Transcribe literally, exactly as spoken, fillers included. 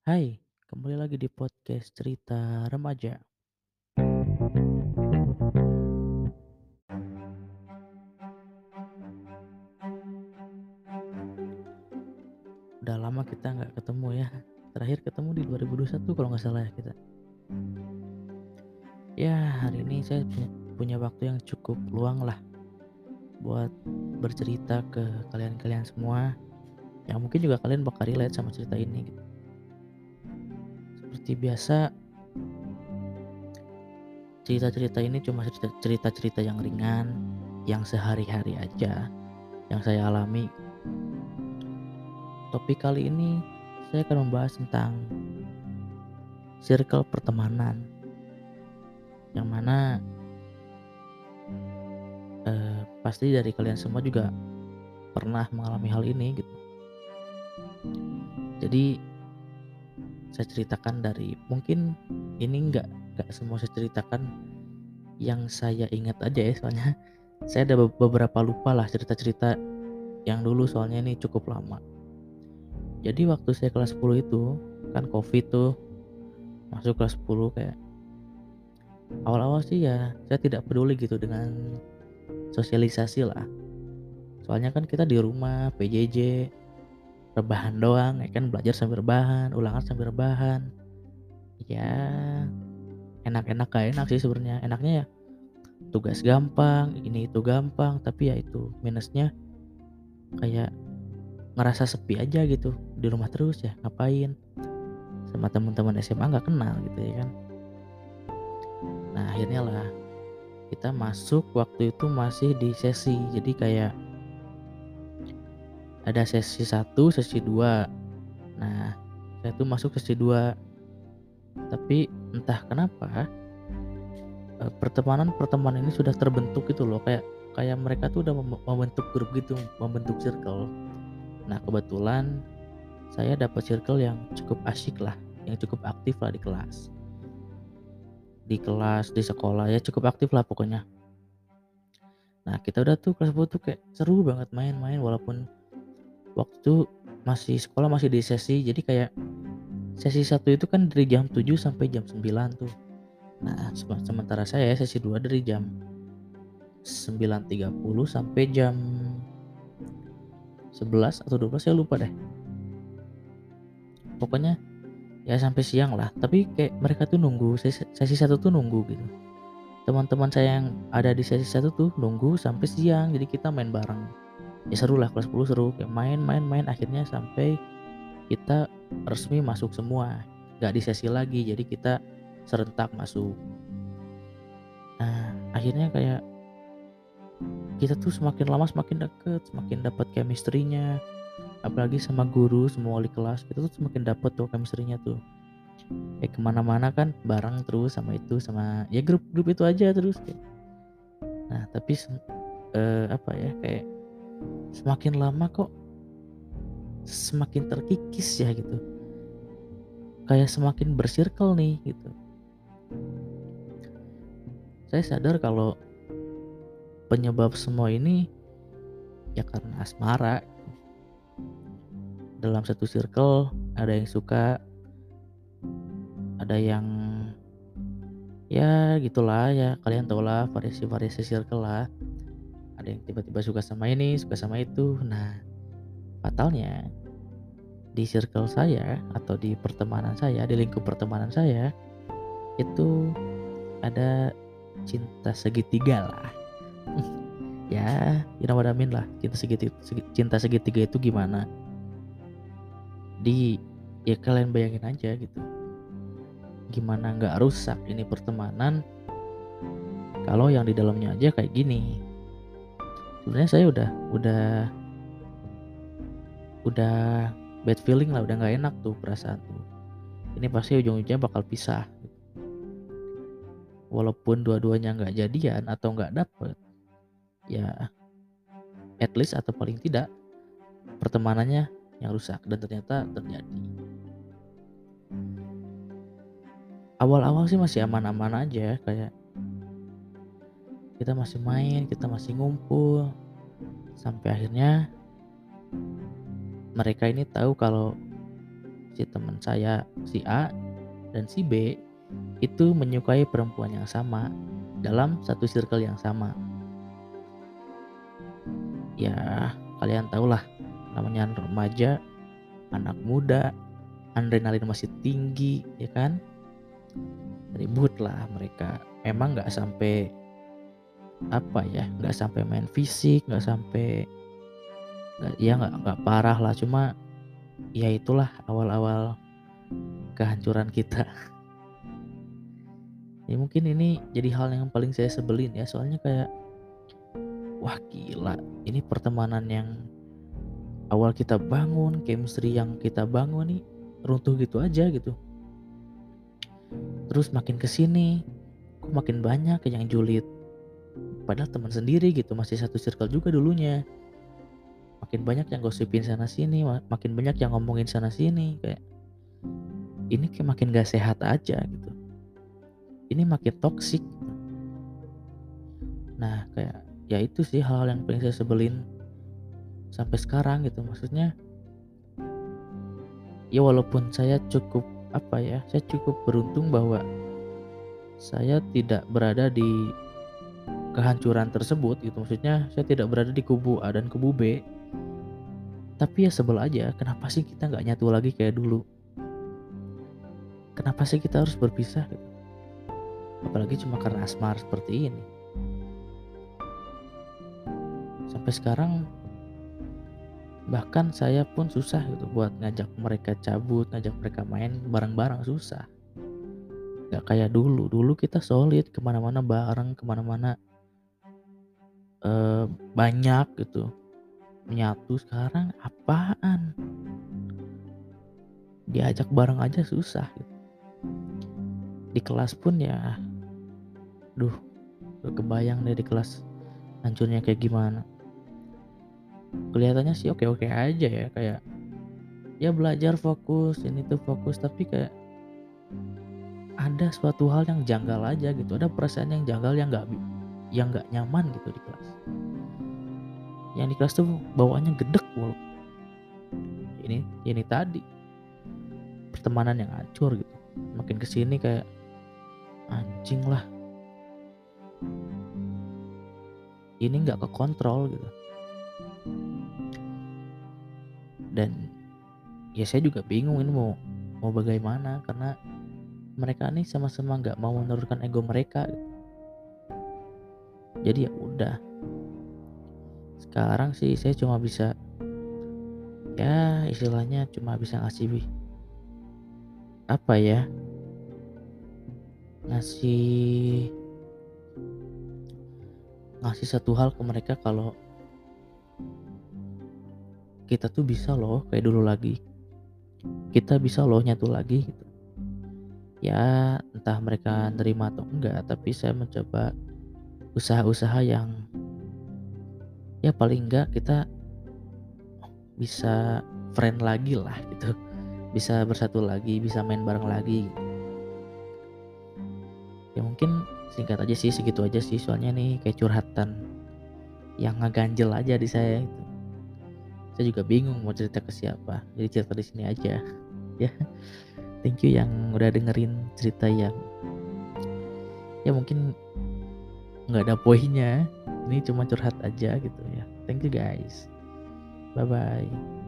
Hai, kembali lagi di podcast cerita remaja. Udah lama kita nggak ketemu ya. Terakhir ketemu di dua ribu dua puluh satu kalau nggak salah ya kita. Ya hari ini saya punya, punya waktu yang cukup luang lah buat bercerita ke kalian-kalian semua. Yang mungkin juga kalian bakal relate sama cerita ini gitu. Seperti biasa, cerita-cerita ini cuma cerita- cerita-cerita yang ringan, yang sehari-hari aja, yang saya alami. Topik kali ini saya akan membahas tentang circle pertemanan, yang mana eh, pasti dari kalian semua juga pernah mengalami hal ini gitu. Jadi saya ceritakan dari mungkin ini nggak nggak semua saya ceritakan yang saya ingat aja ya, soalnya saya ada be- beberapa lupa lah cerita-cerita yang dulu, soalnya ini cukup lama. Jadi waktu saya kelas sepuluh itu kan covid tuh, masuk kelas sepuluh kayak awal-awal sih ya saya tidak peduli gitu dengan sosialisasi lah. Soalnya kan kita di rumah P J J, rebahan doang ya kan, belajar sambil rebahan, ulangan sambil rebahan. Ya enak-enak gak enak sih sebenarnya. Enaknya ya tugas gampang, ini itu gampang, tapi ya itu minusnya kayak ngerasa sepi aja gitu. Di rumah terus ya ngapain? Sama teman-teman S M A nggak kenal gitu ya kan. Nah akhirnya lah kita masuk waktu itu masih di sesi. Jadi kayak ada sesi satu, sesi dua. Nah, saya tuh masuk sesi dua. Tapi entah kenapa Eee, pertemanan-pertemanan ini sudah terbentuk gitu loh, kayak kayak mereka tuh udah mem membentuk grup gitu, membentuk circle. Nah kebetulan saya dapat circle yang cukup asyik lah, yang cukup aktif lah di kelas. Di kelas, di sekolah, ya cukup aktif lah pokoknya. Nah kita udah tuh kelas sepuluh tuh kayak seru banget main-main, walaupun waktu itu masih sekolah masih di sesi, jadi kayak sesi satu itu kan dari jam tujuh sampai jam sembilan tuh. Nah seme sementara saya sesi dua dari jam sembilan tiga puluh sampai jam sebelas atau dua belas saya lupa deh. Pokoknya ya sampai siang lah, tapi kayak mereka tuh nunggu sesi sesi satu tuh nunggu gitu. Teman-teman saya yang ada di sesi satu tuh nunggu sampai siang, jadi kita main bareng. Ya seru lah, kelas sepuluh seru, kayak main main main akhirnya sampai kita resmi masuk semua. Nggak di sesi lagi, jadi kita serentak masuk. Nah, akhirnya kayak kita tuh semakin lama semakin deket, semakin dapat chemistry-nya, apalagi sama guru, sama wali kelas, kita tuh semakin dapet tuh chemistry-nya tuh. Kayak kemana-mana kan bareng terus sama itu, sama ya grup-grup itu aja terus kayak. Nah tapi sem eee, apa ya, kayak semakin lama kok semakin terkikis ya gitu, kayak semakin bersirkel nih gitu. Saya sadar kalau penyebab semua ini ya karena asmara. Dalam satu circle ada yang suka, ada yang ya gitulah ya, kalian tahulah variasi-variasi circle lah. Ada yang tiba-tiba suka sama ini, suka sama itu. Nah fatalnya di circle saya atau di pertemanan saya, di lingkup pertemanan saya, itu ada cinta segitiga lah. Ya, you know what I mean lah, cinta segiti segi cinta segitiga itu gimana. Di ya kalian bayangin aja gitu, gimana nggak rusak ini pertemanan kalau yang di dalamnya aja kayak gini. Sebenarnya saya udah udah udah bad feeling lah, udah nggak enak tuh perasaan tuh. Ini pasti ujung-ujungnya bakal pisah. Walaupun dua-duanya nggak jadian atau nggak dapet, ya at least atau paling tidak pertemanannya yang rusak, dan ternyata terjadi. Awal-awal sih masih aman-aman aja, kayak kita masih main, kita masih ngumpul, sampai akhirnya mereka ini tahu kalau si teman saya si A dan si B itu menyukai perempuan yang sama dalam satu circle yang sama. Ya, kalian tahulah namanya remaja, anak muda, adrenalin masih tinggi, ya kan? Ribut lah mereka. Memang nggak sampai apa ya, nggak sampai main fisik, nggak sampai nggak ya nggak nggak parah lah. Cuma ya itulah awal-awal kehancuran kita. Ya mungkin ini jadi hal yang paling saya sebelin ya, soalnya kayak wah gila, ini pertemanan yang awal kita bangun, chemistry yang kita bangun nih runtuh gitu aja gitu. Terus makin kesini, kok makin banyak yang julid. Padahal teman sendiri gitu, masih satu circle juga dulunya. Makin banyak yang gosipin sana sini, makin banyak yang ngomongin sana sini. Kayak ini kayak makin gak sehat aja gitu. Ini makin toksik. Nah kayak ya itu sih hal-hal yang paling saya sebelin sampai sekarang gitu. Maksudnya ya walaupun saya cukup apa ya, saya cukup beruntung bahwa saya tidak berada di kehancuran tersebut gitu. Maksudnya saya tidak berada di kubu A dan kubu B. Tapi ya sebel aja, kenapa sih kita nggak nyatu lagi kayak dulu? Kenapa sih kita harus berpisah gitu? Apalagi cuma karena asmara seperti ini. Sampai sekarang bahkan saya pun susah gitu buat ngajak mereka cabut, ngajak mereka main bareng-bareng, susah. Gak kayak dulu, dulu kita solid kemana-mana bareng, kemana-mana eh, banyak gitu, menyatu. Sekarang apaan? Diajak bareng aja susah gitu. Di kelas pun ya, duh, gak kebayang deh di kelas hancurnya kayak gimana. Kelihatannya sih oke-oke aja ya, kayak ya belajar fokus, ini tuh fokus, tapi kayak ada suatu hal yang janggal aja gitu, ada perasaan yang janggal yang nggak yang nggak nyaman gitu di kelas. Yang di kelas tuh bawaannya gedek mulu. Ini ini tadi pertemanan yang hancur gitu. Makin kesini kayak anjing lah, ini nggak kekontrol gitu. Dan ya saya juga bingung ini mau mau bagaimana, karena mereka nih sama-sama nggak mau menurunkan ego mereka gitu. Jadi ya udah, sekarang sih saya cuma bisa ya istilahnya cuma bisa ngasih apa ya, ngasih ngasih satu hal ke mereka kalau kita tuh bisa loh kayak dulu lagi, kita bisa loh nyatu lagi gitu. Ya entah mereka nerima atau enggak, tapi saya mencoba usaha-usaha yang ya paling enggak kita bisa friend lagi lah gitu, bisa bersatu lagi, bisa main bareng lagi gitu. Ya mungkin singkat aja sih, segitu aja sih, soalnya nih kayak curhatan yang ngeganjel aja di saya gitu. Saya juga bingung mau cerita ke siapa, jadi cerita di sini aja ya. Thank you yang udah dengerin cerita yang ya mungkin nggak ada poinnya, ini cuma curhat aja gitu ya. Thank you guys, bye bye.